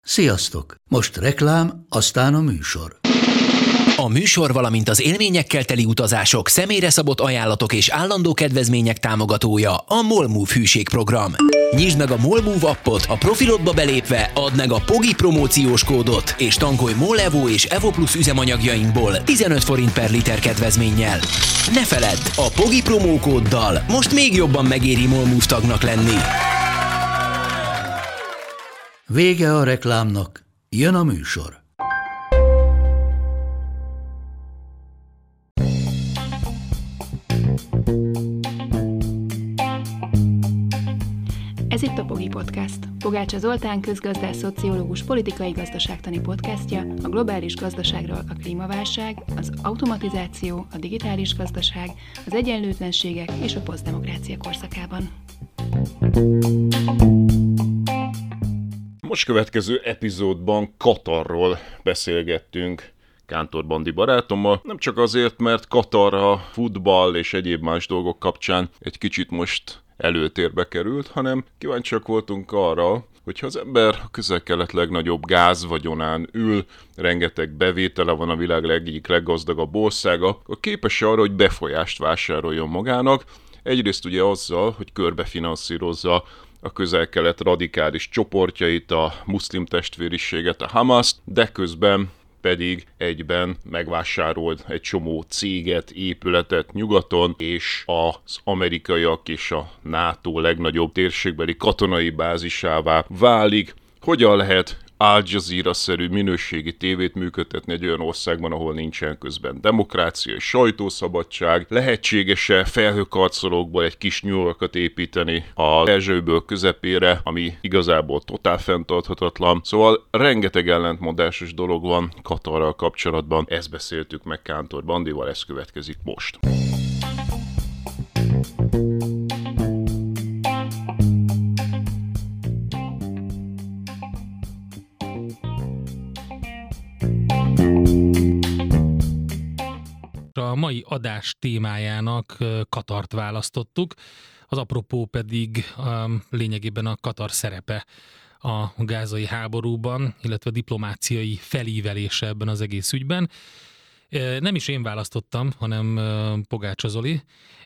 Sziasztok! Most reklám, aztán a műsor. A műsor, valamint az élményekkel teli utazások, személyre szabott ajánlatok és állandó kedvezmények támogatója a MOL Move hűségprogram. Nyisd meg a MOL Move appot, a profilodba belépve add meg a POGI promóciós kódot, és tankolj MOL Evo és Evo Plus üzemanyagjainkból 15 forint per liter kedvezménnyel. Ne feledd, a POGI promókóddal most még jobban megéri MOL Move tagnak lenni. Vége a reklámnak, jön a műsor. Ez itt a POGI Podcast. Pogácsa Zoltán közgazdász, szociológus, politikai gazdaságtani podcastja a globális gazdaságról, a klímaválság, az automatizáció, a digitális gazdaság, az egyenlőtlenségek és a posztdemokrácia korszakában. Most következő epizódban Katarról beszélgettünk Kántor Bandi barátommal. Nem csak azért, mert Katar a futball és egyéb más dolgok kapcsán egy kicsit most előtérbe került, hanem kíváncsiak voltunk arra, hogyha az ember a Közel-Kelet legnagyobb gázvagyonán ül, rengeteg bevétele van, a világ egyik leggazdagabb országa, akkor képes arra, hogy befolyást vásároljon magának. Egyrészt ugye azzal, hogy körbefinanszírozza a Közel-Kelet radikális csoportjait, a muszlim testvériséget, a Hamaszt, de közben pedig egyben megvásárolt egy csomó céget, épületet nyugaton, és az amerikaiak és a NATO legnagyobb térségbeli katonai bázisává válik. Hogyan lehet Al Jazeera-szerű minőségi tévét működtetni egy olyan országban, ahol nincsen közben demokrácia és sajtószabadság? Lehetséges-e felhőkarcolókból egy kis New Yorkot építeni a Perzsa-öböl közepére, ami igazából totál fenntarthatatlan? Szóval rengeteg ellentmondásos dolog van Katarral kapcsolatban. Ezt beszéltük meg Kántor Bandival, ez következik most. A mai adás témájának Katart választottuk, az apropó pedig lényegében a Katar szerepe a gázai háborúban, illetve a diplomáciai felívelése ebben az egész ügyben. Nem is én választottam, hanem Pogácsa Zoli,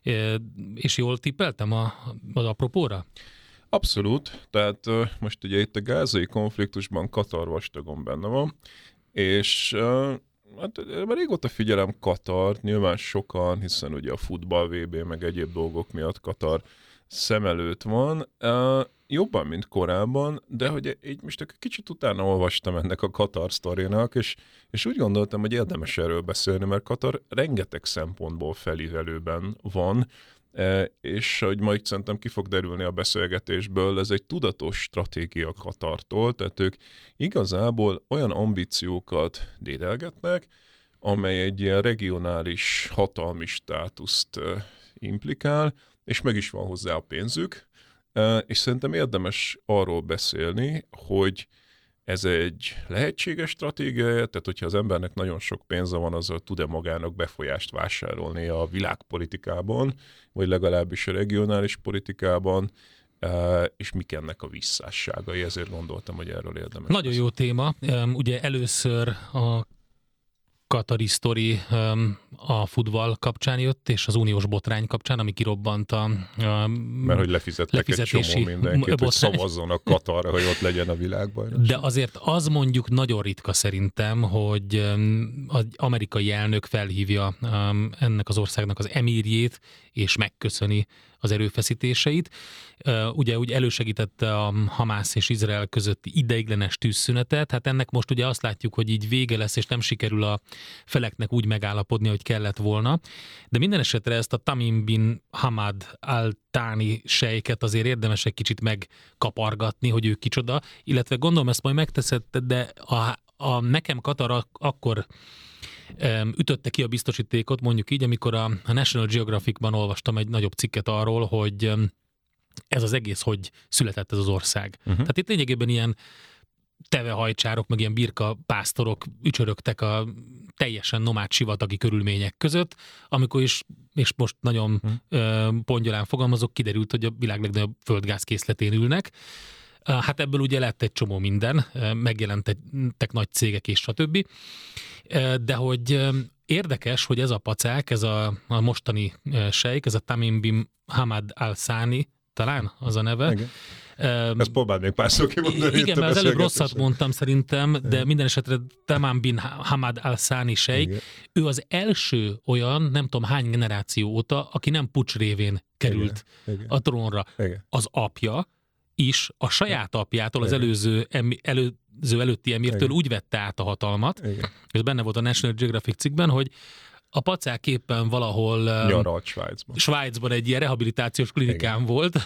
és jól tippeltem az apropóra? Abszolút, tehát most ugye itt a gázai konfliktusban Katar vastagon benne van, és hát már régóta figyelem Katart, nyilván sokan, hiszen ugye a futball VB meg egyéb dolgok miatt Katar szem előtt van, jobban, mint korábban, de hogy így most egy kicsit utána olvastam ennek a Katar sztorinak, és úgy gondoltam, hogy érdemes erről beszélni, mert Katar rengeteg szempontból felívelőben van, és hogy majd szerintem ki fog derülni a beszélgetésből, ez egy tudatos stratégia Katartól, tehát ők igazából olyan ambíciókat dédelgetnek, amely egy ilyen regionális hatalmi státuszt implikál, és meg is van hozzá a pénzük, és szerintem érdemes arról beszélni, hogy ez egy lehetséges stratégia, tehát hogyha az embernek nagyon sok pénze van, azzal tud-e magának befolyást vásárolni a világpolitikában, vagy legalábbis a regionális politikában, és mik ennek a visszásságai, ezért gondoltam, hogy erről érdemes. Nagyon jó téma. Ugye először a katari sztori a futball kapcsán jött, és az uniós botrány kapcsán, ami kirobbant mert hogy lefizettek egy csomó mindenkit, hogy szavazzon a Katarra, hogy ott legyen a világbajnokság. De azért az mondjuk nagyon ritka szerintem, hogy az amerikai elnök felhívja ennek az országnak az emírjét, és megköszöni az erőfeszítéseit. Ugye úgy elősegítette a Hamász és Izrael közötti ideiglenes tűzszünetet, hát ennek most ugye azt látjuk, hogy így vége lesz, és nem sikerül a feleknek úgy megállapodni, hogy kellett volna. De minden esetre ezt a Tamim bin Hamad al-Thani sejket azért érdemes egy kicsit megkapargatni, hogy ő kicsoda, illetve gondolom ezt majd megteszed, de nekem Katar akkor ütötte ki a biztosítékot, mondjuk így, amikor a National Geographicban olvastam egy nagyobb cikket arról, hogy ez az egész, hogy született ez az ország. Tehát itt lényegében ilyen tevehajcsárok, meg ilyen birka pásztorok ücsörögtek a teljesen nomád sivatagi körülmények között, amikor is, és most nagyon pongyolán fogalmazok, kiderült, hogy a világ legnagyobb földgázkészletén ülnek. Hát ebből ugye lett egy csomó minden, megjelentek nagy cégek és stb. De hogy érdekes, hogy ez a pacák, ez a mostani sejk, ez a Tamim bin Hamad al-Thani, talán az a neve. Igen. Ezt próbáld még pár szó kimondani. Igen, mert az előbb rosszat mondtam szerintem, de minden esetre Tamim bin Hamad al-Thani sejk, ő az első olyan, nem tudom hány generáció óta, aki nem puccs révén került a trónra. Igen. Az apja is a saját apjától, az előtti emírtől úgy vette át a hatalmat, ez benne volt a National Geographic cikkben, hogy a pacák éppen valahol nyaralt Svájcban egy ilyen rehabilitációs klinikán volt,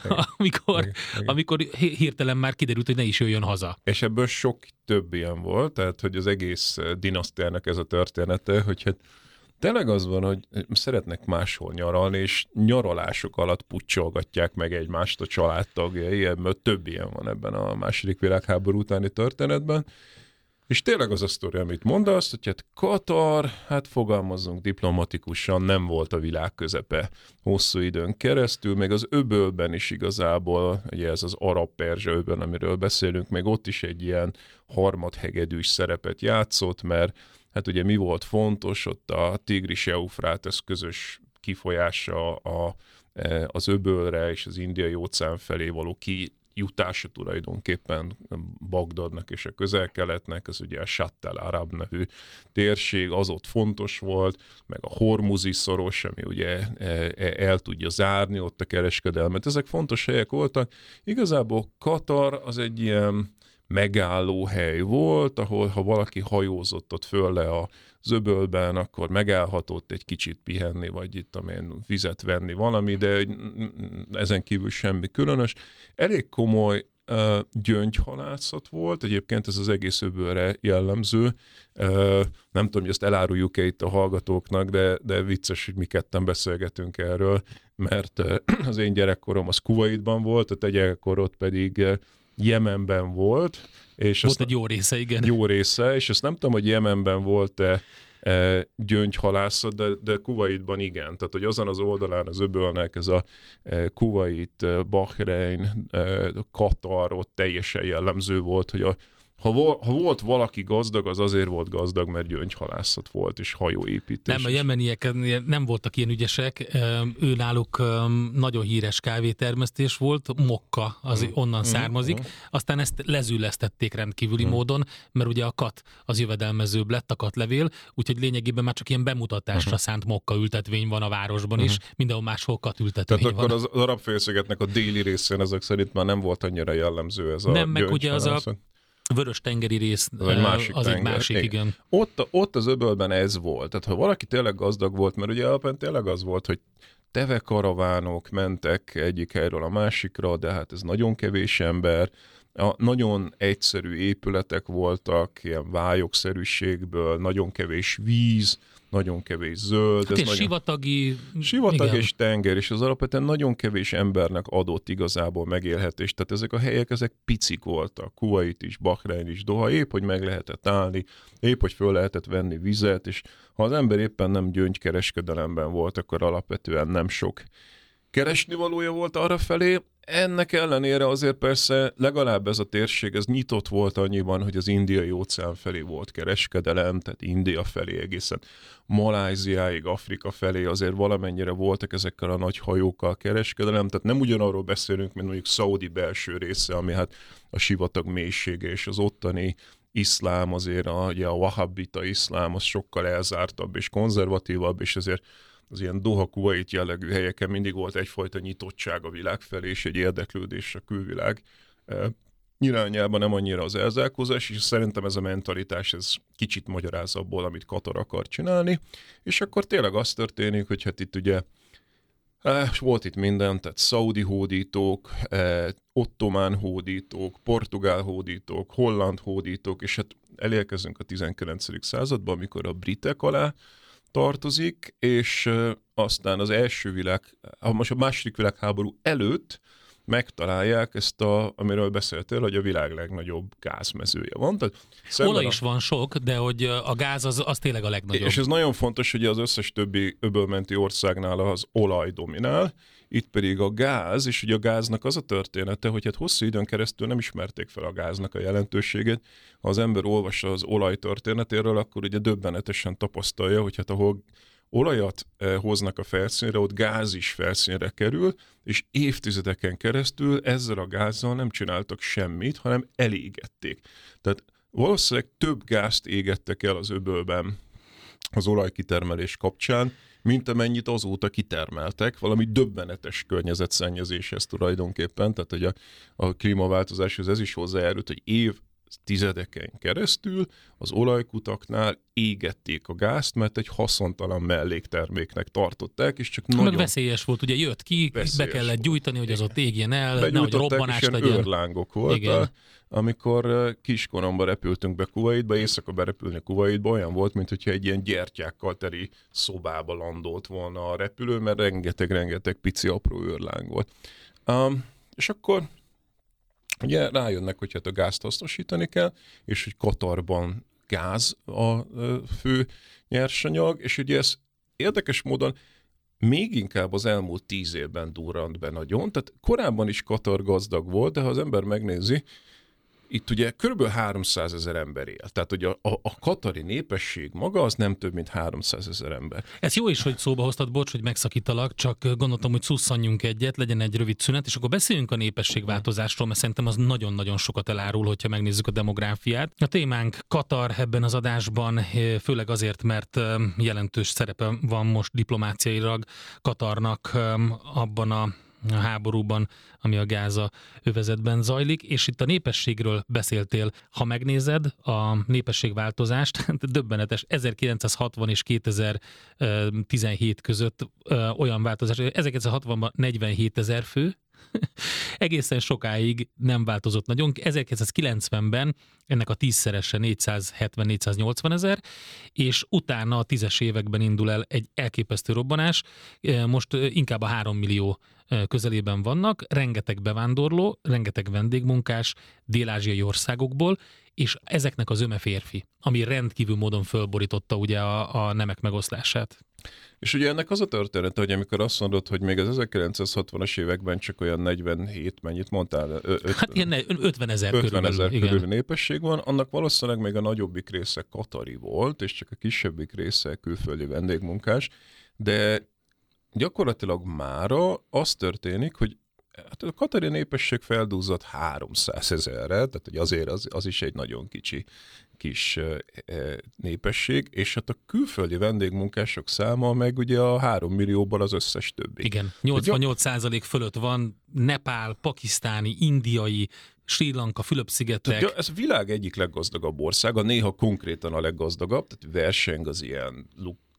amikor hirtelen már kiderült, hogy ne is jöjjön haza. És ebből sok több ilyen volt, tehát hogy az egész dinasztiának ez a története, hogy hát tényleg az van, hogy szeretnek máshol nyaralni, és nyaralások alatt puccsolgatják meg egymást a családtagjai, ebből több ilyen van ebben a második világháború utáni történetben. És tényleg az a sztori, amit mondasz, hogy hát Katar, hát fogalmazzunk diplomatikusan, nem volt a világ közepe hosszú időn keresztül, még az öbölben is igazából, ugye ez az arab-perzsa öböl, amiről beszélünk, még ott is egy ilyen harmadhegedűs szerepet játszott, mert hát ugye mi volt fontos, ott a Tigris-Eufrátesz közös kifolyása az öbölre és az Indiai óceán felé való jutása tulajdonképpen Bagdadnak és a Közel-Keletnek, ez ugye a Shatt al-Arab nevű térség, az ott fontos volt, meg a Hormuzi szoros, ami ugye el tudja zárni ott a kereskedelmet. Ezek fontos helyek voltak. Igazából Katar az egy ilyen megállóhely volt, ahol ha valaki hajózott ott föl le az öbölben, akkor megállhatott egy kicsit pihenni, vagy itt amilyen vizet venni valami, de ezen kívül semmi különös. Elég komoly gyöngyhalászat volt, egyébként ez az egész öbölre jellemző. Nem tudom, hogy ezt eláruljuk-e itt a hallgatóknak, de vicces, hogy mi ketten beszélgetünk erről, mert az én gyerekkorom az Kuwaitban volt, a te gyerekkorod pedig Jemenben volt. És volt egy jó része, igen. Jó része, és azt nem tudom, hogy Jemenben volt-e gyöngyhalászat, de Kuwaitban igen. Tehát, hogy azon az oldalán az öbölnek ez a Kuwait, Bahrein, Katar, ott teljesen jellemző volt, hogy ha volt valaki gazdag, az azért volt gazdag, mert gyöngyhalászat volt, és hajóépítés. Nem, a jemeniek nem voltak ilyen ügyesek, őnáluk nagyon híres kávétermesztés volt, mokka, az onnan származik, aztán ezt lezüllesztették rendkívüli módon, mert ugye a kat az jövedelmezőbb lett, a katlevél, úgyhogy lényegében már csak ilyen bemutatásra szánt mokka ültetvény van a városban is, mindenhol máshol kat ültetvény van. Tehát akkor az arab-félszigetnek a déli részén ezek szerint már nem volt annyira jellemző ez a nem, meg ugye az a Vörös-tengeri rész, az egy másik, igen. Ott az öbölben ez volt. Tehát ha valaki tényleg gazdag volt, mert ugye alapvetően tényleg az volt, hogy tevekaravánok mentek egyik helyről a másikra, de hát ez nagyon kevés ember, nagyon egyszerű épületek voltak, ilyen vályogszerűségből, nagyon kevés víz, nagyon kevés zöld. Hát ez és sivatag és tenger, és az alapvetően nagyon kevés embernek adott igazából megélhetést. Tehát ezek a helyek, ezek picik voltak. Kuwait is, Bahrein is, Doha, épp hogy meg lehetett állni, épp hogy föl lehetett venni vizet, és ha az ember éppen nem gyöngykereskedelemben volt, akkor alapvetően nem sok keresnivalója volt arrafelé. Ennek ellenére azért persze legalább ez a térség, ez nyitott volt annyiban, hogy az Indiai óceán felé volt kereskedelem, tehát India felé egészen Malajziáig, Afrika felé azért valamennyire voltak ezekkel a nagy hajókkal kereskedelem, tehát nem ugyanarról beszélünk, mint mondjuk Szaudi belső része, ami hát a sivatag mélysége és az ottani iszlám azért, ugye a wahhabita iszlám az sokkal elzártabb és konzervatívabb, és azért az ilyen Doha, Kuwait jellegű helyeken mindig volt egyfajta nyitottság a világ felé, és egy érdeklődés a külvilág irányában, nem annyira az elzárkózás, és szerintem ez a mentalitás, ez kicsit magyaráz abból, amit Katar akar csinálni, és akkor tényleg az történik, hogy hát itt ugye volt itt minden, tehát szaudi hódítók, ottomán hódítók, portugál hódítók, holland hódítók, és hát elérkezünk a 19. században, amikor a britek alá tartozik, és aztán az első most a második világháború előtt megtalálják ezt, amiről beszéltél, hogy a világ legnagyobb gázmezője van. Tehát olaj is van sok, de hogy a gáz az tényleg a legnagyobb. És ez nagyon fontos, hogy az összes többi öbölmenti országnál az olaj dominál, itt pedig a gáz, és ugye a gáznak az a története, hogy hát hosszú időn keresztül nem ismerték fel a gáznak a jelentőségét. Ha az ember olvassa az olaj történetéről, akkor ugye döbbenetesen tapasztalja, hogy hát ahol olajat hoznak a felszínre, ott gáz is felszínre kerül, és évtizedeken keresztül ezzel a gázzal nem csináltak semmit, hanem elégették. Tehát valószínűleg több gázt égettek el az öbölben az olajkitermelés kapcsán, mint amennyit azóta kitermeltek, valami döbbenetes környezetszennyezéshez tulajdonképpen, tehát hogy a klímaváltozáshoz ez is hozzájárult, hogy évtizedeken keresztül az olajkutaknál égették a gázt, mert egy haszontalan mellékterméknek tartották, és csak nagyon... Meg veszélyes volt, ugye jött ki, be kellett gyújtani, hogy az ott égjen el, nehogy robbanás legyen. Őrlángok voltak. Amikor kiskoromban repültünk be Kuwaitba, éjszaka berepülni Kuwaitba olyan volt, mintha egy ilyen gyertyákkal teli szobába landolt volna a repülő, mert rengeteg pici apró őrláng volt. És akkor ugye rájönnek, hogy hát a gázt hasznosítani kell, és hogy Katarban gáz a fő nyersanyag, és ugye ez érdekes módon még inkább az elmúlt 10 évben durrant be nagyon, tehát korábban is Katar gazdag volt, de ha az ember megnézi, itt ugye kb. 300 000 ember él. Tehát ugye a katari népesség maga az nem több, mint 300 000 ember. Ez jó is, hogy szóba hoztad, bocs, hogy megszakítalak, csak gondoltam, hogy szusszanjunk egyet, legyen egy rövid szünet, és akkor beszéljünk a népességváltozásról, mert szerintem az nagyon-nagyon sokat elárul, hogyha megnézzük a demográfiát. A témánk Katar ebben az adásban, főleg azért, mert jelentős szerepe van most diplomáciailag Katarnak abban a háborúban, ami a Gáza övezetben zajlik, és itt a népességről beszéltél. Ha megnézed a népességváltozást, döbbenetes, 1960 és 2017 között olyan változás, 1960-ban 47 000 fő, egészen sokáig nem változott nagyon. 1990-ben ennek a 10-szerese 470-480 000, és utána a 10-es években indul el egy elképesztő robbanás. Most inkább a 3 millió közelében vannak, rengeteg bevándorló, rengeteg vendégmunkás dél-ázsiai országokból, és ezeknek az zöme férfi, ami rendkívül módon fölborította ugye a nemek megoszlását. És ugye ennek az a története, hogy amikor azt mondod, hogy még az 1960-as években csak olyan 47, mennyit mondtál? Hát ilyen 50 000 körül népesség van, annak valószínűleg még a nagyobbik része katari volt, és csak a kisebbik része külföldi vendégmunkás, de gyakorlatilag mára az történik, hogy hát a katari népesség feldúzott 300 000-re, tehát hogy azért az is egy nagyon kis népesség, és hát a külföldi vendégmunkások száma meg ugye a 3 millióból az összes többi. Igen, 88% fölött van nepál, pakisztáni, indiai, Sri Lanka, Fülöp-szigetek. Ez a világ egyik leggazdagabb országa, néha konkrétan a leggazdagabb, tehát verseng az ilyen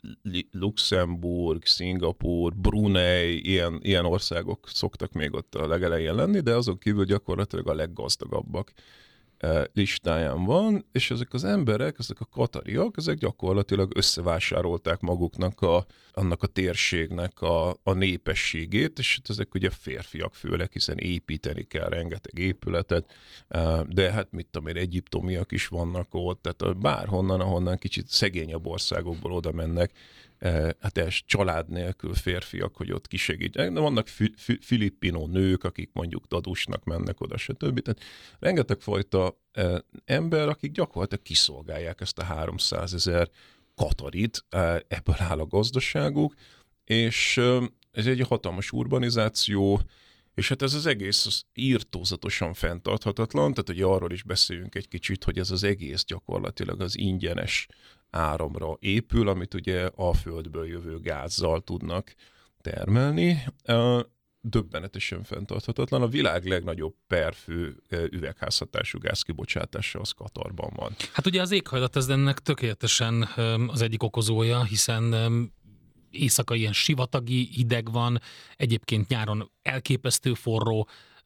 Luxemburg, Szingapúr, Brunei, ilyen országok szoktak még ott a legelején lenni, de azon kívül gyakorlatilag a leggazdagabbak listáján van, és ezek az emberek, ezek a katariak, ezek gyakorlatilag összevásárolták maguknak annak a térségnek a népességét, és ezek ugye férfiak főleg, hiszen építeni kell rengeteg épületet, de hát mit tudom én, egyiptomiak is vannak ott, tehát bárhonnan, ahonnan kicsit szegényebb országokból oda mennek, hát ez család nélkül férfiak, hogy ott kisegítják. De vannak filippino nők, akik mondjuk dadusnak mennek oda, stb. Tehát rengeteg fajta ember, akik gyakorlatilag kiszolgálják ezt a 300 000 katarit, ebből áll a gazdaságuk, és ez egy hatalmas urbanizáció, és hát ez az egész írtózatosan fenntarthatatlan, tehát hogy arról is beszéljünk egy kicsit, hogy ez az egész gyakorlatilag az ingyenes áramra épül, amit ugye a földből jövő gázzal tudnak termelni. Döbbenetesen fenntarthatatlan. A világ legnagyobb per fő üvegházhatású gázkibocsátása az Katarban van. Hát ugye az éghajlat ez ennek tökéletesen az egyik okozója, hiszen éjszaka ilyen sivatagi hideg van, egyébként nyáron elképesztő forró,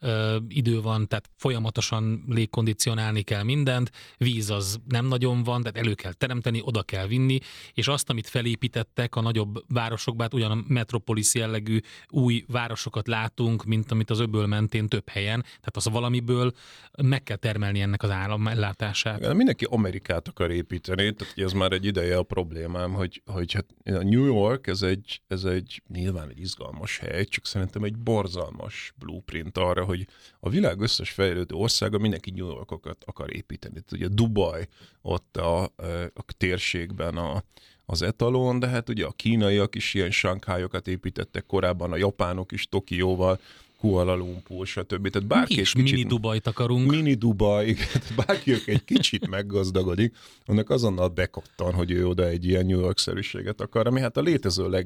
idő van, tehát folyamatosan légkondicionálni kell mindent, víz az nem nagyon van, tehát elő kell teremteni, oda kell vinni, és azt, amit felépítettek a nagyobb városokban, hát ugyan a metropolis jellegű új városokat látunk, mint amit az öböl mentén több helyen, tehát az valamiből meg kell termelni ennek az államellátását. Mindenki Amerikát akar építeni, tehát ez már egy ideje a problémám, hogy hát New York, ez egy nyilván egy izgalmas hely, csak szerintem egy borzalmas blueprint arra, hogy a világ összes fejlődő országa mindenki New Yorkokat akar építeni. Tehát ugye Dubaj ott a térségben az etalon, de hát ugye a kínaiak is ilyen Sanghályokat építettek korábban, a japánok is Tokióval, Kuala Lumpur, stb. Tehát bárki mi is mini Dubajt akarunk. Mini Dubaj, igen. Bárki egy kicsit meggazdagodik, annak azonnal bekattan, hogy ő oda egy ilyen New York-szerűséget akar, ami hát a létező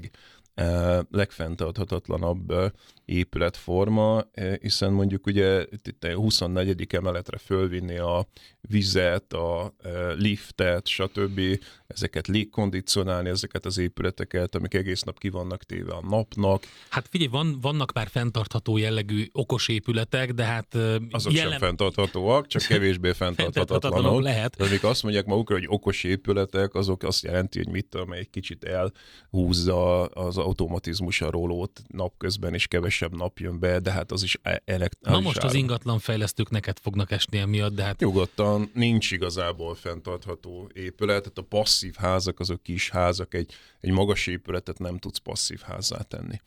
legfenntarthatatlanabb épületforma, hiszen mondjuk ugye itt a 24. emeletre fölvinni a vizet, a liftet, stb. Ezeket légkondicionálni, ezeket az épületeket, amik egész nap ki vannak téve a napnak. Hát figyelj, vannak már fenntartható jellegű okos épületek, de hát... Azok sem fenntarthatóak, csak kevésbé fenntarthatatlanok. Lehet. De amik azt mondják magukra, hogy okos épületek, azok azt jelenti, hogy mit tudom, egy kicsit elhúzza az automatizmus a rólót napközben, és kevesebb nap jön be, de hát az is Na most az ingatlanfejlesztők neked fognak esni emiatt, de hát... Nyugodtan nincs igazából fenntartható épület, tehát a passzív házak, azok kis házak, egy magas épületet nem tudsz passzív házzá tenni.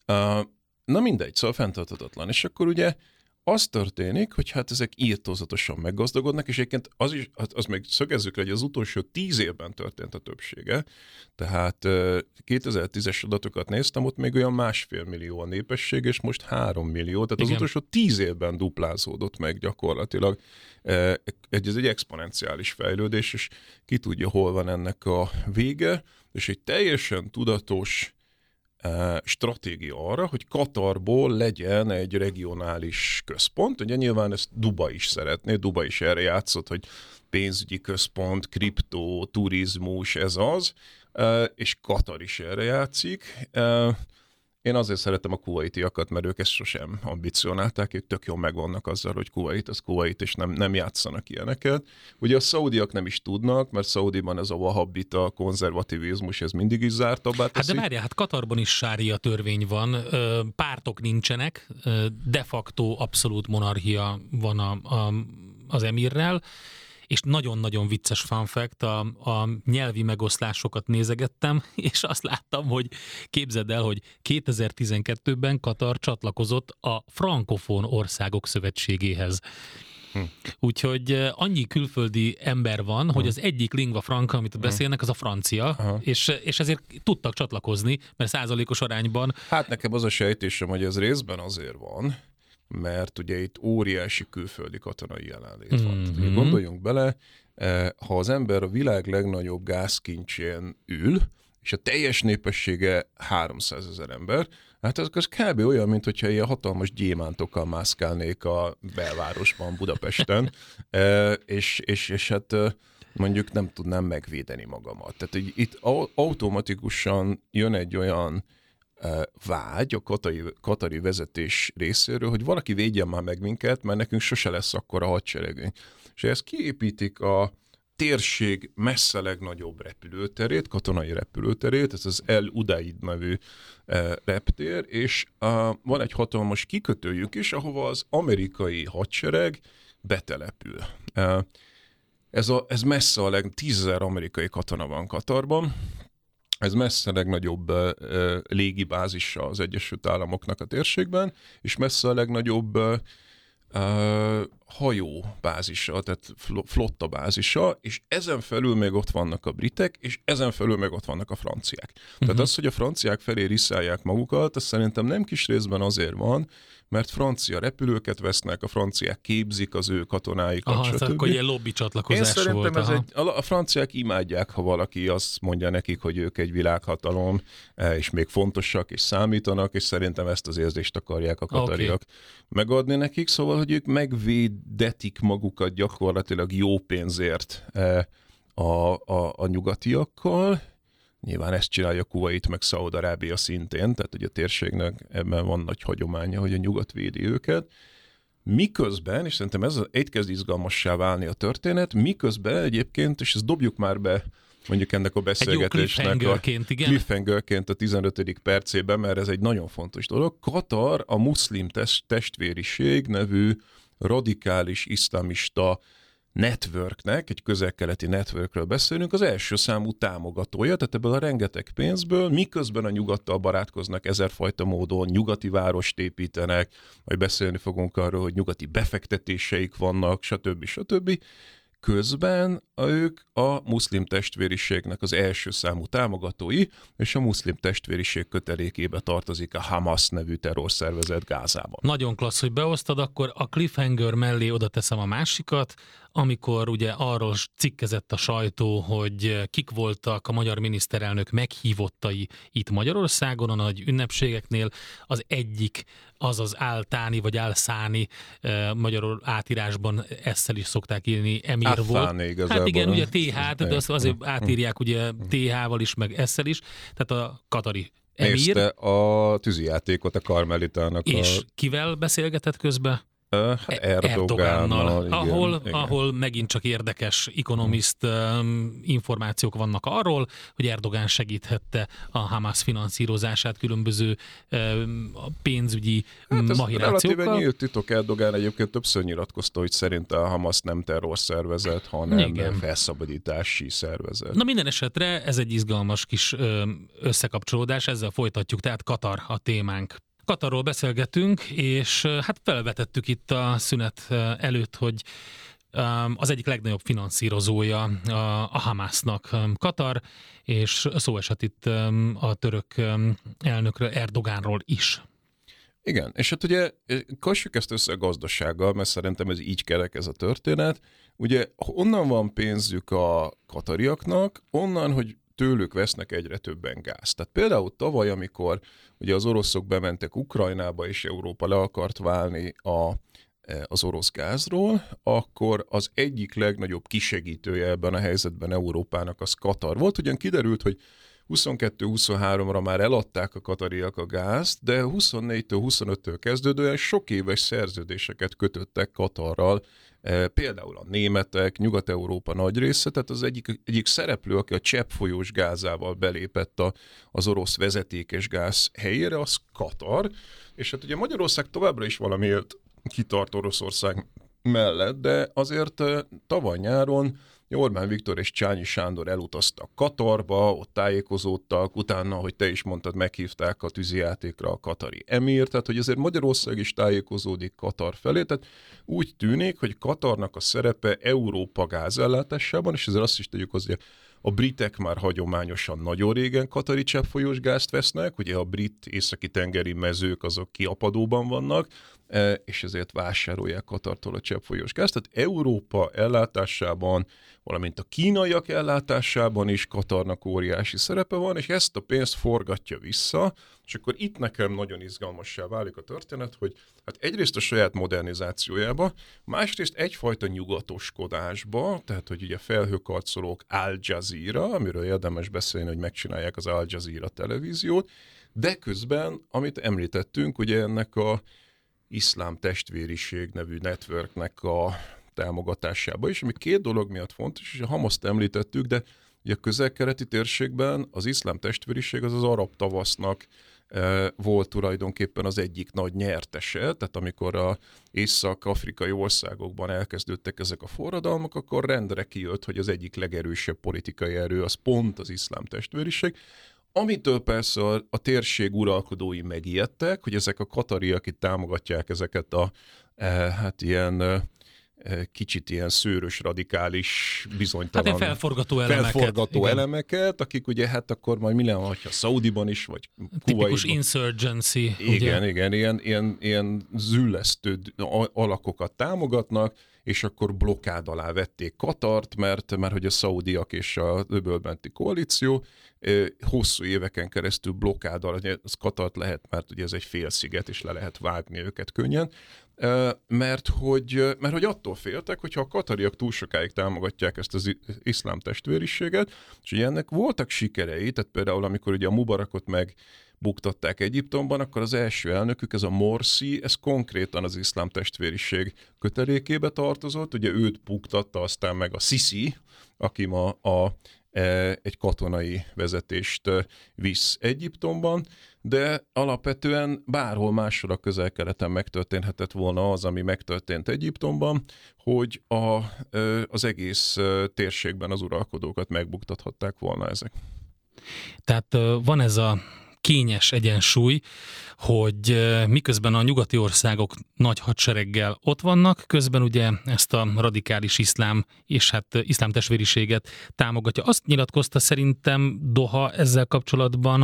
Na mindegy, szóval fenntarthatatlan. És akkor ugye az történik, hogy hát ezek írtózatosan meggazdagodnak, és egyébként az meg szögezzük le, hogy az utolsó 10 évben történt a többsége, tehát 2010-es adatokat néztem, ott még olyan 1,5 millió a népesség, és most 3 millió, tehát az utolsó 10 évben duplázódott meg gyakorlatilag. Ez egy exponenciális fejlődés, és ki tudja, hol van ennek a vége, és egy teljesen tudatos stratégia arra, hogy Katarból legyen egy regionális központ. Ugye nyilván ezt Dubaj is szeretné, Dubaj is erre játszott, hogy pénzügyi központ, kriptó, turizmus, ez az, és Katar is erre játszik. Én azért szeretem a kuwaitiakat, mert ők ezt sosem ambicionálták, ők tök jól megvannak azzal, hogy Kuwait az Kuwait, és nem játszanak ilyeneket. Ugye a szaudiak nem is tudnak, mert Szaudiban ez a wahabita konzervativizmus, ez mindig is zártabbá teszi. Hát de várjál, hát Katarban is sária törvény van, pártok nincsenek, de facto abszolút monarchia van az emirrel, és nagyon-nagyon vicces fun fact, a nyelvi megoszlásokat nézegettem, és azt láttam, hogy képzeld el, hogy 2012-ben Katar csatlakozott a frankofón országok szövetségéhez. Úgyhogy annyi külföldi ember van, hogy az egyik lingua franca, amit beszélnek, az a francia, és ezért tudtak csatlakozni, mert százalékos arányban... Hát nekem az a sejtésem, hogy ez részben azért van, mert ugye itt óriási külföldi katonai jelenlét van. Gondoljunk bele, ha az ember a világ legnagyobb gázkincsén ül, és a teljes népessége 300 000 ember, hát az kb. Olyan, mint hogyha ilyen hatalmas gyémántokkal mászkálnék a belvárosban, Budapesten, és hát mondjuk nem tudnám megvédeni magamat. Tehát itt automatikusan jön egy olyan vágy a katari vezetés részéről, hogy valaki védjen már meg minket, mert nekünk sose lesz akkora hadseregünk. És ezt kiépítik a térség messze legnagyobb repülőterét, katonai repülőterét, ez az El Udeid nevű reptér, és van egy hatalmas kikötőjük is, ahova az amerikai hadsereg betelepül. Ez messze a 10 000 amerikai katona van Katarban, ez messze a legnagyobb légibázisa az Egyesült Államoknak a térségben, és messze a legnagyobb hajóbázisa, tehát flotta bázisa, és ezen felül még ott vannak a britek, és ezen felül még ott vannak a franciák. Tehát az, hogy a franciák felé riszálják magukat, az szerintem nem kis részben azért van, mert francia repülőket vesznek, a franciák képzik az ő katonáikat, stb. Akkor ilyen lobby csatlakozás volt. Én szerintem volt. A franciák imádják, ha valaki azt mondja nekik, hogy ők egy világhatalom, és még fontosak, és számítanak, és szerintem ezt az érzést akarják a katariak megadni nekik, szóval, hogy ők megvédetik magukat gyakorlatilag jó pénzért a nyugatiakkal. Nyilván ezt csinálja Kuwait meg Szaúd-Arábia szintén, tehát hogy a térségnek ebben van nagy hagyománya, hogy a nyugat védi őket. Miközben, és szerintem ez egy kezd izgalmassá válni a történet, miközben egyébként, és ezt dobjuk már be mondjuk ennek a beszélgetésnek cliffhangerként a 15. percében, mert ez egy nagyon fontos dolog. Katar a muszlim testvériség nevű radikális iszlamista networknek, egy közel-keleti networkről beszélünk, az első számú támogatója, tehát ebből a rengeteg pénzből, miközben a nyugattal barátkoznak ezerfajta módon, nyugati várost építenek, majd beszélni fogunk arról, hogy nyugati befektetéseik vannak, stb. Közben ők a muszlim testvériségnek az első számú támogatói, és a muszlim testvériség kötelékébe tartozik a Hamas nevű terrorszervezet Gázában. Nagyon klassz, hogy beosztad, akkor a cliffhanger mellé oda teszem a másikat, amikor ugye arról cikkezett a sajtó, hogy kik voltak a magyar miniszterelnök meghívottai itt Magyarországon, a nagy ünnepségeknél. Az egyik az az áltáni vagy álszáni, magyarul átírásban esszel is szokták írni, emír volt. Igazából. Hát igen, ugye TH, de azt azért átírják ugye TH-val is, meg esszel is, tehát a katari emír. Nézte a tűzijátékot a Karmelitának. És kivel beszélgetett közben? Erdogánnal. Ahol megint csak érdekes Economist információk vannak arról, hogy Erdogán segíthette a Hamas finanszírozását különböző pénzügyi mahinációkkal. Relatíven nyílt titok. Erdogán egyébként többször nyilatkozta, hogy szerinte a Hamas nem terrorszervezet, hanem felszabadítási szervezet. Na minden esetre ez egy izgalmas kis összekapcsolódás, ezzel folytatjuk, tehát Katar a témánk. Katarról beszélgetünk, és hát felvetettük itt a szünet előtt, hogy az egyik legnagyobb finanszírozója a Hamasnak Katar, és szó esett itt a török elnökről, Erdogánról is. Igen, és hát ugye kassuk ezt össze a gazdasággal, mert szerintem ez így kerek ez a történet. Ugye onnan van pénzük a katariaknak, onnan, hogy tőlük vesznek egyre többen gázt. Tehát például tavaly, amikor ugye az oroszok bementek Ukrajnába, és Európa le akart válni az orosz gázról, akkor az egyik legnagyobb kisegítője ebben a helyzetben Európának az Katar volt. Ugyan kiderült, hogy 22-23-ra már eladták a katariak a gázt, de 24-től 25-től kezdődően sok éves szerződéseket kötöttek Katarral, például a németek, Nyugat-Európa nagy része, tehát az egyik szereplő, aki a cseppfolyós gázával belépett az orosz vezetékes gáz helyére, az Katar, és hát ugye Magyarország továbbra is valamiért kitart Oroszország mellett, de azért tavaly nyáron Orbán Viktor és Csányi Sándor elutaztak Katarba, ott tájékozódtak, utána, hogy te is mondtad, meghívták a tűzijátékra a katari emírt, tehát hogy azért Magyarország is tájékozódik Katar felé, tehát úgy tűnik, hogy Katarnak a szerepe Európa gázellátásában, és ezzel azt is tegyük hozzá, hogy a britek már hagyományosan nagyon régen katari cseppfolyós gázt vesznek, ugye a brit északi tengeri mezők azok kiapadóban vannak, és ezért vásárolják Katartól a cseppfolyós gázt. Tehát Európa ellátásában, valamint a kínaiak ellátásában is Katarnak óriási szerepe van, és ezt a pénzt forgatja vissza, és akkor itt nekem nagyon izgalmassá válik a történet, hogy hát egyrészt a saját modernizációjába, másrészt egyfajta nyugatoskodásba, tehát hogy ugye felhőkarcolók Al Jazeera, amiről érdemes beszélni, hogy megcsinálják az Al Jazeera televíziót, de közben, amit említettünk, ugye ennek a iszlám testvériség nevű networknek a támogatásába is, ami két dolog miatt fontos, és a Hamaszt említettük, de ugye a közel-keleti térségben az iszlám testvériség az arab tavasznak volt tulajdonképpen az egyik nagy nyertese, tehát amikor az észak-afrikai országokban elkezdődtek ezek a forradalmak, akkor rendre kijött, hogy az egyik legerősebb politikai erő az pont az iszlám testvériség, amitől persze a térség uralkodói megijedtek, hogy ezek a katariak itt támogatják ezeket a hát ilyen kicsit ilyen szőrös, radikális, bizonytalan... Hát felforgató elemeket, akik ugye hát akkor majd mi lenne, ha Szaudiban is, vagy Kuwaitban. Tipikus insurgency. Igen, ilyen züllesztő alakokat támogatnak, és akkor blokkád alá vették Katart, mert hogy a szaudiak és a öbölmenti koalíció hosszú éveken keresztül blokkád alá, az Katart lehet, mert ugye ez egy félsziget, és le lehet vágni őket könnyen, mert hogy attól féltek, hogyha a katariak túl sokáig támogatják ezt az iszlám testvériséget, és ugye ennek voltak sikerei, tehát például amikor ugye a Mubarakot megbuktatták Egyiptomban, akkor az első elnökük, ez a Morsi, ez konkrétan az iszlám testvériség kötelékébe tartozott, ugye őt buktatta aztán meg a Sisi, aki ma egy katonai vezetést visz Egyiptomban, de alapvetően bárhol máshol a Közel-Keleten megtörténhetett volna az, ami megtörtént Egyiptomban, hogy az egész térségben az uralkodókat megbuktathatták volna ezek. Tehát van ez a kényes egyensúly, hogy miközben a nyugati országok nagy hadsereggel ott vannak, közben ugye ezt a radikális iszlám és hát iszlám testvériséget támogatja. Azt nyilatkozta szerintem Doha ezzel kapcsolatban,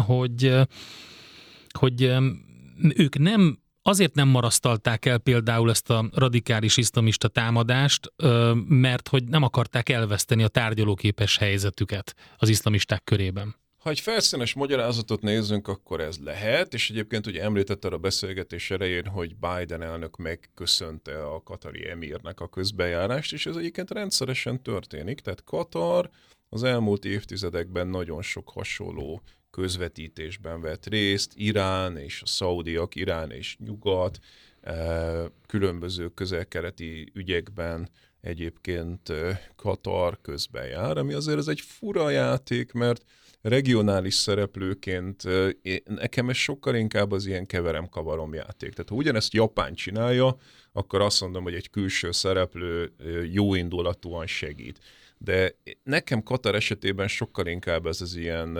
hogy ők azért nem marasztalták el például ezt a radikális iszlamista támadást, mert hogy nem akarták elveszteni a tárgyalóképes helyzetüket az iszlamisták körében. Ha egy felszínes magyarázatot nézzünk, akkor ez lehet, és egyébként ugye említette a beszélgetés elején, hogy Biden elnök megköszönte a katari emírnek a közbejárást, és ez egyébként rendszeresen történik, tehát Katar az elmúlt évtizedekben nagyon sok hasonló közvetítésben vett részt, Irán és a szaudiak, Irán és nyugat, különböző közel-keleti ügyekben egyébként Katar közbejár, ami azért ez egy fura játék, mert regionális szereplőként nekem ez sokkal inkább az ilyen keverem-kavarom játék. Tehát ha ugyanezt Japán csinálja, akkor azt mondom, hogy egy külső szereplő jóindulatúan segít. De nekem Katar esetében sokkal inkább ez az ilyen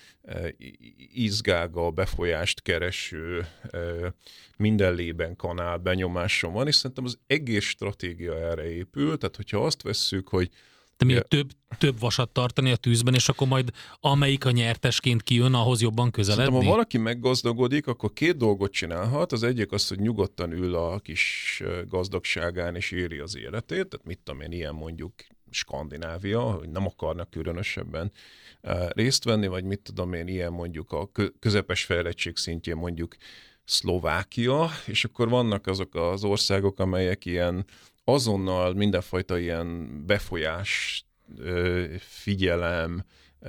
izgága, befolyást kereső, minden lében kanál benyomásom van, és szerintem az egész stratégia erre épül, tehát hogyha azt vesszük, hogy de mi több vasat tartani a tűzben, és akkor majd amelyik a nyertesként kijön, ahhoz jobban közeledni? Szerintem, ha valaki meggazdagodik, akkor két dolgot csinálhat. Az egyik az, hogy nyugodtan ül a kis gazdagságán és éri az életét, tehát mit tudom én, ilyen mondjuk Skandinávia, hogy nem akarnak különösebben részt venni, vagy mit tudom én, ilyen mondjuk a közepes fejlettség szintjén mondjuk Szlovákia, és akkor vannak azok az országok, amelyek ilyen azonnal mindenfajta ilyen befolyás, figyelem,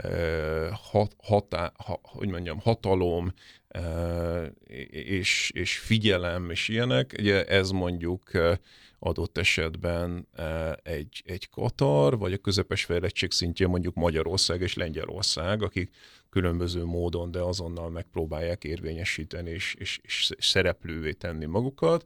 hatalom és figyelem és ilyenek. Ugye ez mondjuk adott esetben egy Katar, vagy a közepes fejlettség szintjén mondjuk Magyarország és Lengyelország, akik különböző módon, de azonnal megpróbálják érvényesíteni és szereplővé tenni magukat,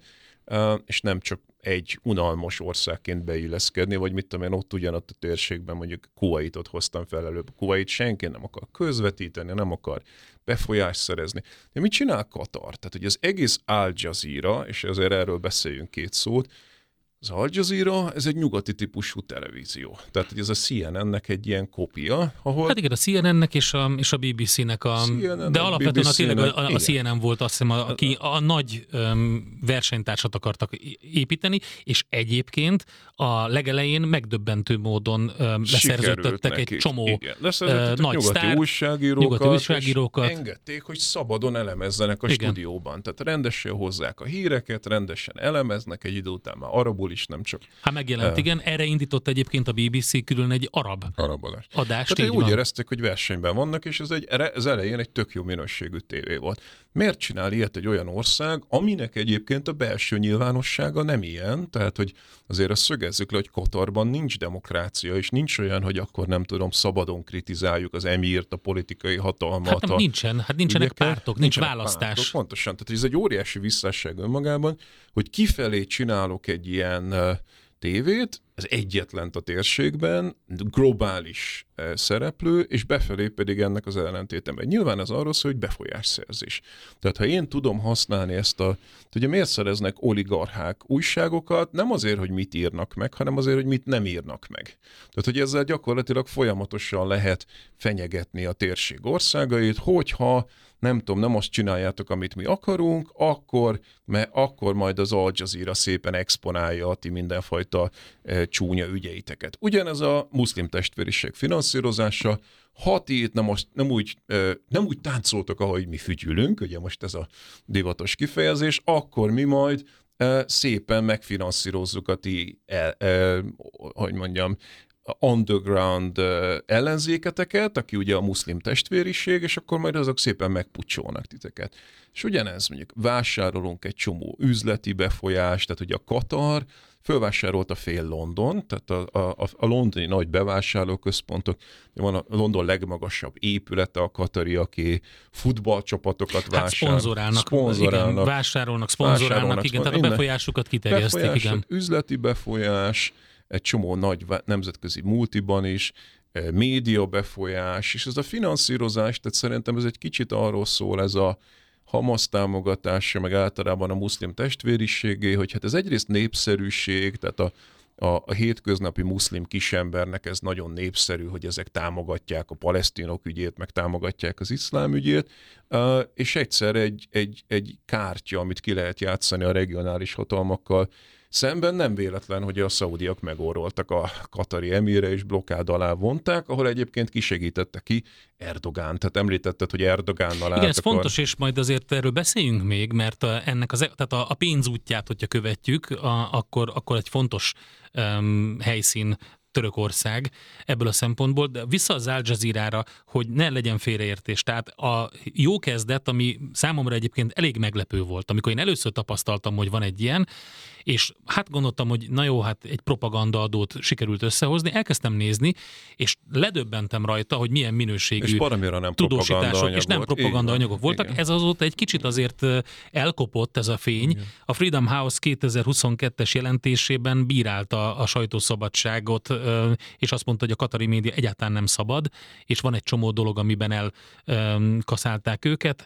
és nem csak egy unalmas országként beilleszkedni, vagy mit tudom én, ott ugyanott a térségben mondjuk Kuwaitot hoztam fel előbb. Kuwait senki nem akar közvetíteni, nem akar befolyást szerezni. De mit csinál Katar? Tehát, hogy az egész Al Jazeera, és azért erről beszéljünk két szót, az Al Jazeera, ez egy nyugati típusú televízió. Tehát, hogy ez a CNN-nek egy ilyen kopia, ahol... Hát igen, a CNN-nek és a BBC-nek de alapvetően tényleg a CNN volt azt hiszem, aki a nagy versenytársat akartak építeni, és egyébként a legelején megdöbbentő módon leszerződtettek egy csomó nagy sztár, nyugati újságírókat. Engedték, hogy szabadon elemezzenek a stúdióban. Tehát rendesen hozzák a híreket, rendesen elemeznek, egy idő után már arabul is, nem csak. Hát megjelent, igen. Erre indított egyébként a BBC külön egy arab adást. Tehát úgy érezték, hogy versenyben vannak, és ez elején egy tök jó minőségű tévé volt. Miért csinál ilyet egy olyan ország, aminek egyébként a belső nyilvánossága nem ilyen? Tehát, hogy azért azt szögezzük le, hogy Katarban nincs demokrácia, és nincs olyan, hogy akkor nem tudom, szabadon kritizáljuk az emírt, a politikai hatalmat. Hát nincsenek pártok, nincs választás. Pártok, pontosan. Tehát ez egy óriási visszásság önmagában, hogy kifelé csinálok egy ilyen tévét, ez egyetlent a térségben, globális szereplő, és befelé pedig ennek az ellentétemben. Nyilván ez arról szól, hogy befolyásszerzés. Tehát ha én tudom használni ezt ugye miért szereznek oligarchák újságokat? Nem azért, hogy mit írnak meg, hanem azért, hogy mit nem írnak meg. Tehát, hogy ezzel gyakorlatilag folyamatosan lehet fenyegetni a térség országait, hogyha nem azt csináljátok, amit mi akarunk, akkor majd az Al Jazeera szépen exponálja a ti mindenfajta csúnya ügyeiteket. Ugyanez a muszlim testvériség finanszírozása, ha ti itt nem úgy táncoltok, ahogy mi fütyülünk, ugye most ez a divatos kifejezés, akkor mi majd szépen megfinanszírozzuk a ti, underground ellenzéketeket, aki ugye a muszlim testvériség, és akkor majd azok szépen megpucsolnak titeket. És ugyanez, mondjuk vásárolunk egy csomó üzleti befolyást, tehát ugye a Katar fölvásárolta fél London, tehát a londoni nagy bevásárlóközpontok, van a London legmagasabb épülete a katariaké, futballcsapatokat szponzorálnak, igen, vásárolnak, szponzorálnak, igen, tehát a befolyásukat kiterjesztik, igen. Üzleti befolyás, egy csomó nagy nemzetközi multiban is, média befolyás, és ez a finanszírozás, tehát szerintem ez egy kicsit arról szól, ez a Hamas támogatása, meg általában a muszlim testvériségé, hogy hát ez egyrészt népszerűség, tehát a hétköznapi muszlim kisembernek ez nagyon népszerű, hogy ezek támogatják a palesztinok ügyét, meg támogatják az iszlám ügyét, és egyszer egy kártya, amit ki lehet játszani a regionális hatalmakkal szemben. Nem véletlen, hogy a szaudiak megorroltak a katari emírre és blokkád alá vonták, ahol egyébként kisegítette ki Erdogán. Tehát említetted, hogy Erdogánnal állt. Igen, ez fontos, és majd azért erről beszéljünk még, mert ennek tehát a pénzútját, hogyha követjük, akkor egy fontos helyszín Törökország ebből a szempontból, de vissza az Al Jazeera-ra, hogy ne legyen félreértés. Tehát a jó kezdet, ami számomra egyébként elég meglepő volt, amikor én először tapasztaltam, hogy van egy ilyen, és hát gondoltam, hogy na jó, hát egy propagandaadót sikerült összehozni, elkezdtem nézni, és ledöbbentem rajta, hogy milyen minőségű tudósítások, és nem propagandaanyagok voltak. Igen. Ez azóta egy kicsit azért elkopott ez a fény. Igen. A Freedom House 2022-es jelentésében bírálta a sajtószabadságot, és azt mondta, hogy a katari média egyáltalán nem szabad, és van egy csomó dolog, amiben elkaszálták őket.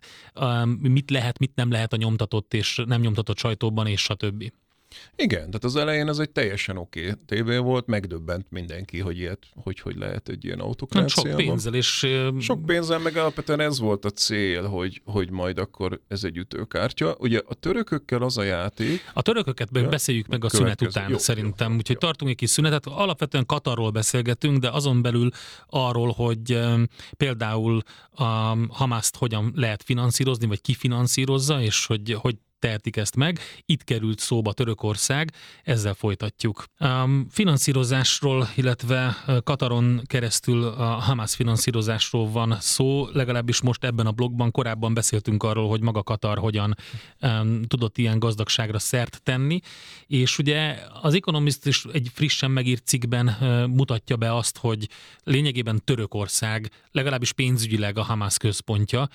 Mit lehet, mit nem lehet a nyomtatott és nem nyomtatott sajtóban, és stb. Igen, tehát az elején ez egy teljesen oké tévé volt, megdöbbent mindenki, hogy ilyet, hogy lehet egy ilyen autokráciában. Sok pénzzel és... Sok pénzzel, meg alapvetően ez volt a cél, hogy majd akkor ez egy ütőkártya. Ugye a törökökkel az a játék... A törököket beszéljük meg a szünet után szerintem, úgyhogy tartunk egy kis szünetet. Alapvetően Katarról beszélgetünk, de azon belül arról, hogy például a Hamaszt hogyan lehet finanszírozni, vagy ki finanszírozza, és hogy tehetik ezt meg. Itt került szóba Törökország, ezzel folytatjuk. Finanszírozásról, illetve Kataron keresztül a Hamas finanszírozásról van szó, legalábbis most ebben a blogban. Korábban beszéltünk arról, hogy maga Katar hogyan tudott ilyen gazdagságra szert tenni, és ugye az Economist is egy frissen megírt cikkben mutatja be azt, hogy lényegében Törökország legalábbis pénzügyileg a Hamas központja,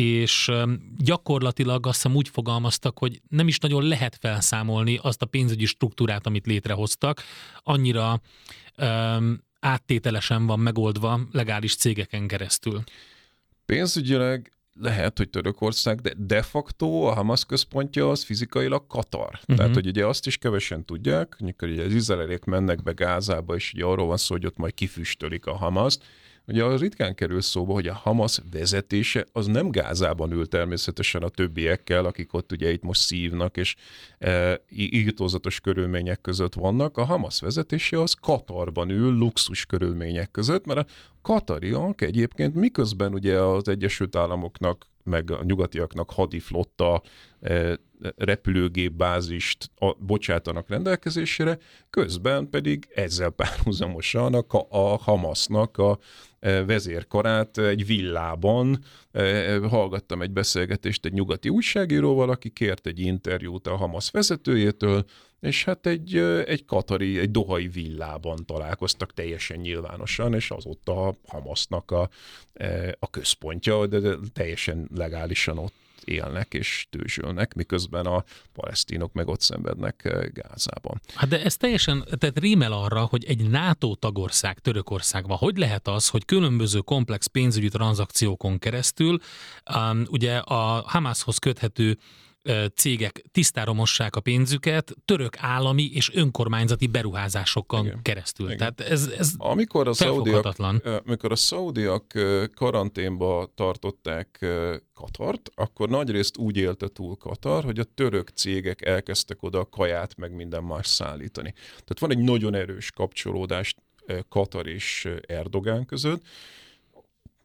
és gyakorlatilag azt hiszem úgy fogalmaztak, hogy nem is nagyon lehet felszámolni azt a pénzügyi struktúrát, amit létrehoztak. Annyira áttételesen van megoldva legális cégeken keresztül. Pénzügyileg lehet, hogy Törökország, de facto a Hamas központja az fizikailag Katar. Tehát, hogy ugye azt is kevesen tudják, amikor ugye az izraeliek mennek be Gázába, és ugye arról van szó, hogy ott majd kifüstölik a Hamaszt. Ugye az ritkán kerül szóba, hogy a Hamas vezetése az nem Gázában ül természetesen a többiekkel, akik ott ugye itt most szívnak, és írtózatos körülmények között vannak. A Hamas vezetése az Katarban ül luxus körülmények között, mert a katariak egyébként miközben ugye az Egyesült Államoknak meg a nyugatiaknak hadiflotta, repülőgépbázist bocsátanak rendelkezésére, közben pedig ezzel párhuzamosan a Hamasnak a vezérkarát egy villában, hallgattam egy beszélgetést egy nyugati újságíróval, aki kért egy interjút a Hamas vezetőjétől, és hát egy katari, egy dohai villában találkoztak teljesen nyilvánosan, és az ott a Hamasnak a központja, de teljesen legálisan ott élnek és tőzsölnek, miközben a palesztinok meg ott szenvednek Gázában. Hát de ez teljesen, tehát rímel arra, hogy egy NATO tagország, Törökországban, hogy lehet az, hogy különböző komplex pénzügyi tranzakciókon keresztül ugye a Hamashoz köthető cégek tisztára mossák a pénzüket török állami és önkormányzati beruházásokon keresztül. Igen. Tehát ez felfoghatatlan. Amikor a szaudiak karanténba tartották Katart, akkor nagyrészt úgy élte túl Katar, hogy a török cégek elkezdtek oda a kaját meg minden más szállítani. Tehát van egy nagyon erős kapcsolódás Katar és Erdogán között.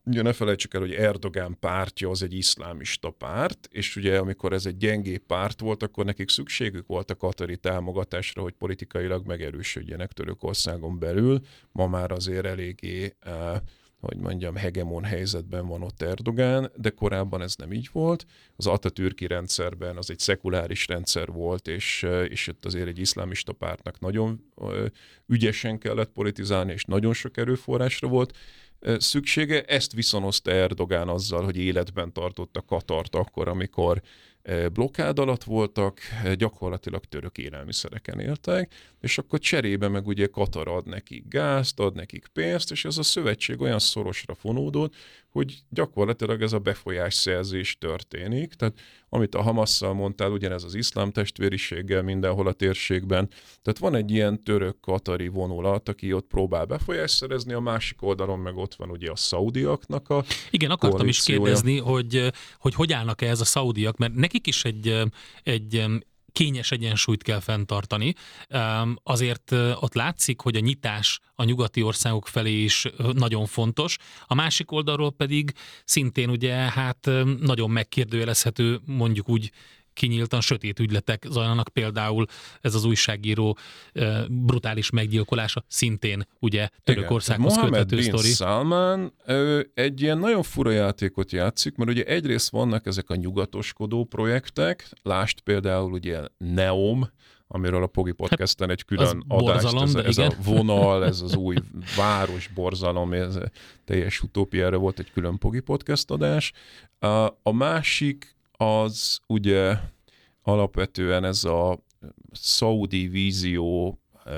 ugye ne felejtsük el, hogy Erdogán pártja az egy iszlámista párt, és ugye amikor ez egy gyengébb párt volt, akkor nekik szükségük volt a katari támogatásra, hogy politikailag megerősödjenek Törökországon belül. Ma már azért eléggé, hogy mondjam, hegemon helyzetben van ott Erdogán, de korábban ez nem így volt. Az atatürki rendszerben az egy szekuláris rendszer volt, és itt azért egy iszlámista pártnak nagyon ügyesen kellett politizálni, és nagyon sok erőforrásra volt szüksége. Ezt viszonozta Erdogán azzal, hogy életben tartotta Katart akkor, amikor blokkád alatt voltak, gyakorlatilag török élelmiszereken éltek, és akkor cserébe meg ugye Katar ad nekik gázt, ad nekik pénzt, és ez a szövetség olyan szorosra fonódott, hogy gyakorlatilag ez a befolyásszerzés történik. Tehát amit a Hamasszal mondtál, ugyanez az iszlám testvériséggel mindenhol a térségben. Tehát van egy ilyen török-katari vonulat, aki ott próbál befolyást szerezni, a másik oldalon meg ott van ugye a szaudiaknak a Igen, akartam is kérdezni, hogy állnak ez a szaudiak, mert nekik is egy kényes egyensúlyt kell fenntartani. Azért ott látszik, hogy a nyitás a nyugati országok felé is nagyon fontos. A másik oldalról pedig szintén ugye hát nagyon megkérdőjelezhető, mondjuk úgy kinyíltan sötét ügyletek zajlanak, például ez az újságíró brutális meggyilkolása, szintén ugye Törökországhoz köthető sztori. Mohammed bin Salman egy ilyen nagyon fura játékot játszik, mert ugye egyrészt vannak ezek a nyugatoskodó projektek, lásd például ugye Neom, amiről a Pogi Podcasten egy külön adást, ez a vonal, ez az új város borzalom, ez teljes utópiára volt egy külön Pogi Podcast adás. A másik az ugye alapvetően ez a Saudi vízió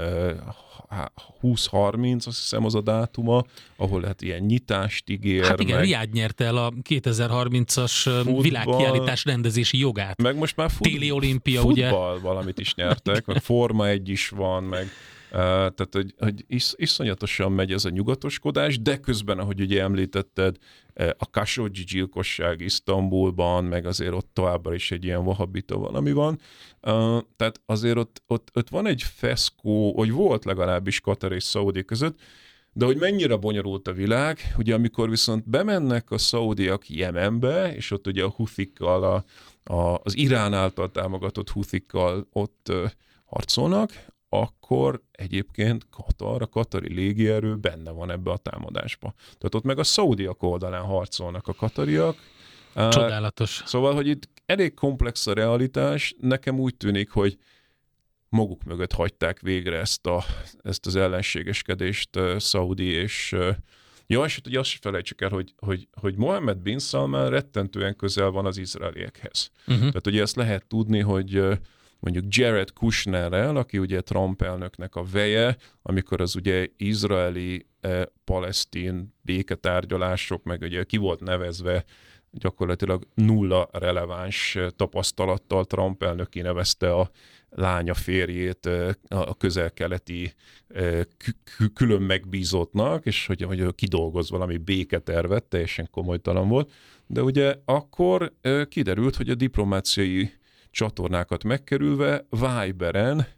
2030, azt hiszem az a dátuma, ahol hát ilyen nyitást ígér. Hát igen, Riad nyerte el a 2030-as világkiállítás rendezési jogát. Meg most már téli olimpia, futball ugye? Valamit is nyertek, meg Forma 1 is van, meg tehát, hogy iszonyatosan megy ez a nyugatoskodás, de közben, ahogy ugye említetted, a Khashoggi gyilkosság Isztambulban, meg azért ott továbbra is egy ilyen vahabita valami van. Tehát azért ott van egy feszkó, hogy volt legalábbis Katar és Szaudi között, de hogy mennyire bonyolult a világ, ugye amikor viszont bemennek a szaudiak Jemenbe, és ott ugye a Huthikkal, az Irán által támogatott Huthikkal ott harcolnak, akkor egyébként Katar, a katari légierő benne van ebbe a támadásba. Tehát ott meg a szaudiak oldalán harcolnak a katariak. Csodálatos. Szóval, hogy itt elég komplex a realitás, nekem úgy tűnik, hogy maguk mögött hagyták végre ezt az ellenségeskedést Szaudi és... Ja, és ugye azt felejtsük el, hogy Mohammed bin Salman rettentően közel van az izraeliekhez. Tehát ugye ezt lehet tudni, hogy mondjuk Jared Kushnerrel, aki ugye Trump elnöknek a veje, amikor az ugye izraeli-palesztin béketárgyalások, meg ugye ki volt nevezve gyakorlatilag nulla releváns tapasztalattal Trump elnök kinevezte a lánya férjét a közel-keleti külön megbízottnak, és hogy kidolgoz valami béketervet, teljesen komolytalan volt. De ugye akkor kiderült, hogy a diplomáciai csatornákat megkerülve Viberen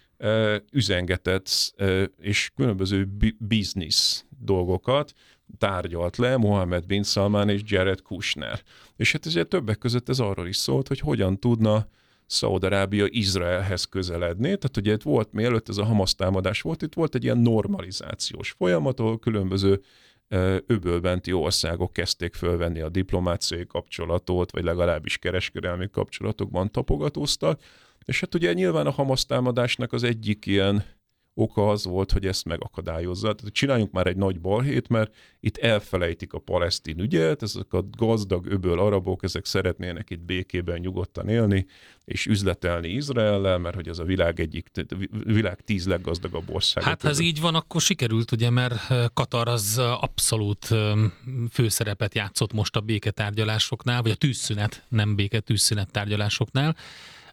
üzengetett és különböző business dolgokat tárgyalt le Mohammed bin Salman és Jared Kushner. És hát ugye többek között ez arról is szólt, hogy hogyan tudna Szaúd-Arábia Izraelhez közeledni. Tehát ugye itt volt, mielőtt ez a Hamasz támadás volt, itt volt egy ilyen normalizációs folyamat, ahol különböző öbölbenti országok kezdték fölvenni a diplomáciai kapcsolatot, vagy legalábbis kereskedelmi kapcsolatokban tapogatóztak, és hát ugye nyilván a Hamasz támadásnak az egyik ilyen oka az volt, hogy ezt megakadályozza. Tehát csináljunk már egy nagy balhét, mert itt elfelejtik a palesztin ügyet, ezek a gazdag öböl arabok, ezek szeretnének itt békében nyugodtan élni, és üzletelni Izraellel, mert hogy ez a világ 10 leggazdagabb ország. Hát ha ez így van, akkor sikerült, ugye, mert Katar az abszolút főszerepet játszott most a béketárgyalásoknál, vagy a tűzszünet, nem tűzszünet tárgyalásoknál.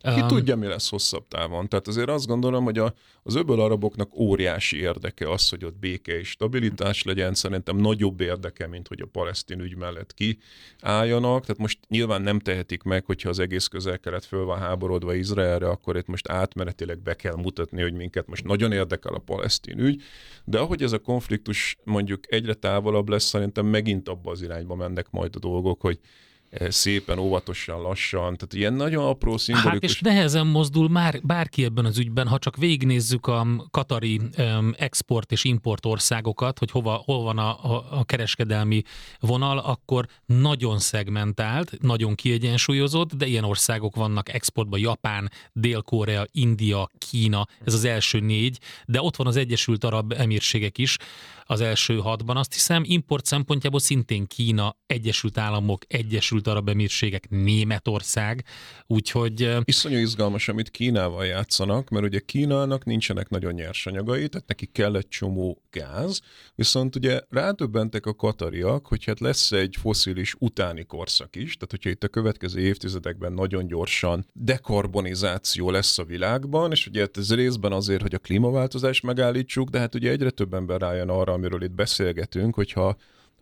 Ki tudja, mi lesz hosszabb távon. Tehát azért azt gondolom, hogy az öböl-araboknak óriási érdeke az, hogy ott béke és stabilitás legyen. Szerintem nagyobb érdeke, mint hogy a palesztin ügy mellett kiálljanak. Tehát most nyilván nem tehetik meg, hogyha az egész Közel-Kelet föl van háborodva Izraelre, akkor itt most átmenetileg be kell mutatni, hogy minket most nagyon érdekel a palesztin ügy. De ahogy ez a konfliktus mondjuk egyre távolabb lesz, szerintem megint abba az irányba mennek majd a dolgok, hogy szépen, óvatosan, lassan, tehát ilyen nagyon apró, szimbolikus... Hát és nehezen mozdul már bárki ebben az ügyben, ha csak végignézzük a katari export és import országokat, hogy hol van a kereskedelmi vonal, akkor nagyon szegmentált, nagyon kiegyensúlyozott, de ilyen országok vannak exportban: Japán, Dél-Korea, India, Kína, ez az első 4, de ott van az Egyesült Arab Emírségek is az első 6-ban, azt hiszem. Import szempontjából szintén Kína, Egyesült Államok, Egyesült Arab Emírségek, Németország, úgyhogy... Iszonyú izgalmas, amit Kínával játszanak, mert ugye Kínának nincsenek nagyon nyersanyagai, tehát neki kell egy csomó gáz, viszont ugye rádöbbentek a katariak, hogy hát lesz egy fosszilis utáni korszak is, tehát hogyha itt a következő évtizedekben nagyon gyorsan dekarbonizáció lesz a világban, és ugye ez részben azért, hogy a klímaváltozást megállítsuk, de hát ugye egyre több ember rájön arra, amiről itt beszélgetünk, hogyha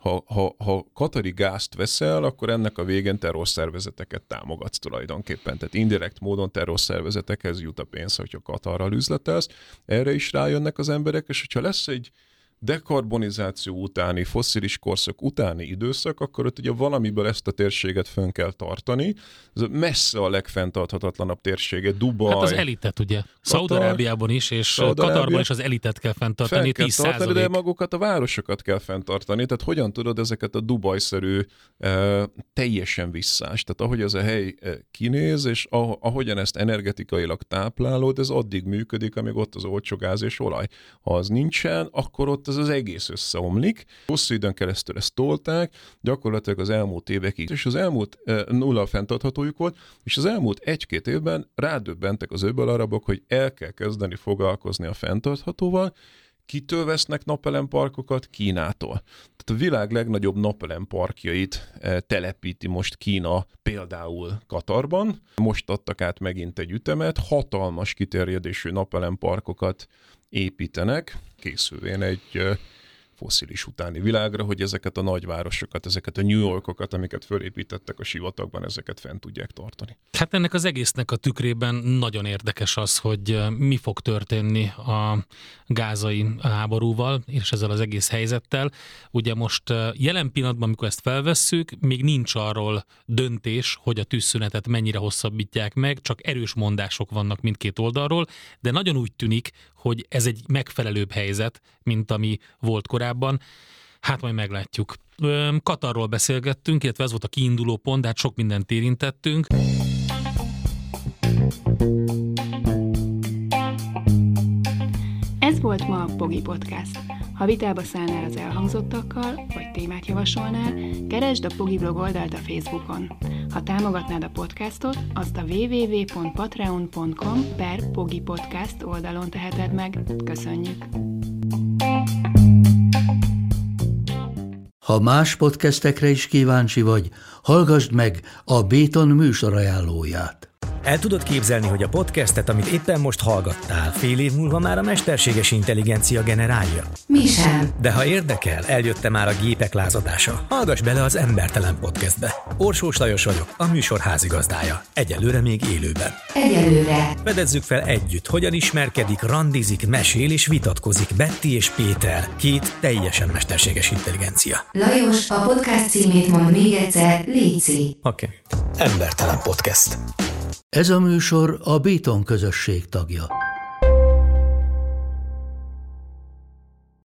ha katari gázt veszel, akkor ennek a végén terrorszervezeteket támogatsz tulajdonképpen. Tehát indirekt módon terrorszervezetekhez jut a pénz, hogyha Katarral üzletelsz. Erre is rájönnek az emberek, és hogyha lesz egy dekarbonizáció utáni, fosszilis korszak utáni időszak, akkor ott ugye valamiből ezt a térséget fönn kell tartani. Ez messze a legfenntarthatatlanabb térsége, Dubaj. Hát az elitet ugye. Szaúd-Arábiában is, és Katarban is az elitet kell fenntartani, 10%. De magukat, a városokat kell fenntartani. Tehát hogyan tudod ezeket a Dubaj-szerű teljesen visszás? Tehát ahogy ez a hely kinéz, és ahogyan ezt energetikailag táplálod, ez addig működik, amíg ott az olcsó gáz és olaj. Ha az nincsen, akkor ott az egész összeomlik. Hosszú időn keresztül ezt tolták, gyakorlatilag az elmúlt évekig, és az elmúlt nulla fenntarthatójuk volt, és az elmúlt 1-2 évben rádöbbentek az öböl-arabok, hogy el kell kezdeni foglalkozni a fenntarthatóval. Kitől vesznek napelemparkokat? Kínától. Tehát a világ legnagyobb napelemparkjait telepíti most Kína, például Katarban. Most adtak át megint egy ütemet, hatalmas kiterjedésű napelemparkokat építenek, készülvén egy fosszilis utáni világra, hogy ezeket a nagyvárosokat, ezeket a New Yorkokat, amiket fölépítettek a sivatagban, ezeket fent tudják tartani. Hát ennek az egésznek a tükrében nagyon érdekes az, hogy mi fog történni a gázai háborúval, és ezzel az egész helyzettel. Ugye most jelen pillanatban, amikor ezt felvesszük, még nincs arról döntés, hogy a tűzszünetet mennyire hosszabbítják meg, csak erős mondások vannak mindkét oldalról, de nagyon úgy tűnik, hogy ez egy megfelelőbb helyzet, mint ami volt korábban. Hát majd meglátjuk. Katarról beszélgettünk, illetve ez volt a kiinduló pont, de hát sok mindent érintettünk. Ez volt ma a Pogi Podcast. Ha vitába szállnál az elhangzottakkal, vagy témát javasolnál, keresd a Pogi blog oldalt a Facebookon. Ha támogatnád a podcastot, azt a www.patreon.com/Pogi Podcast oldalon teheted meg. Köszönjük! Ha más podcastekre is kíváncsi vagy, hallgassd meg a Béton műsor ajánlóját. El tudod képzelni, hogy a podcastet, amit éppen most hallgattál, fél év múlva már a mesterséges intelligencia generálja? Mi sem. De ha érdekel, eljött már a gépek lázadása. Hallgass bele az Embertelen Podcastbe. Orsós Lajos vagyok, a műsor házigazdája. Egyelőre még élőben. Egyelőre. Fedezzük fel együtt, hogyan ismerkedik, randizik, mesél és vitatkozik Betty és Péter, 2 teljesen mesterséges intelligencia. Lajos, a podcast címét mondd még egyszer, léci. Oké. Embertelen Podcast. Ez a műsor a Béton közösség tagja.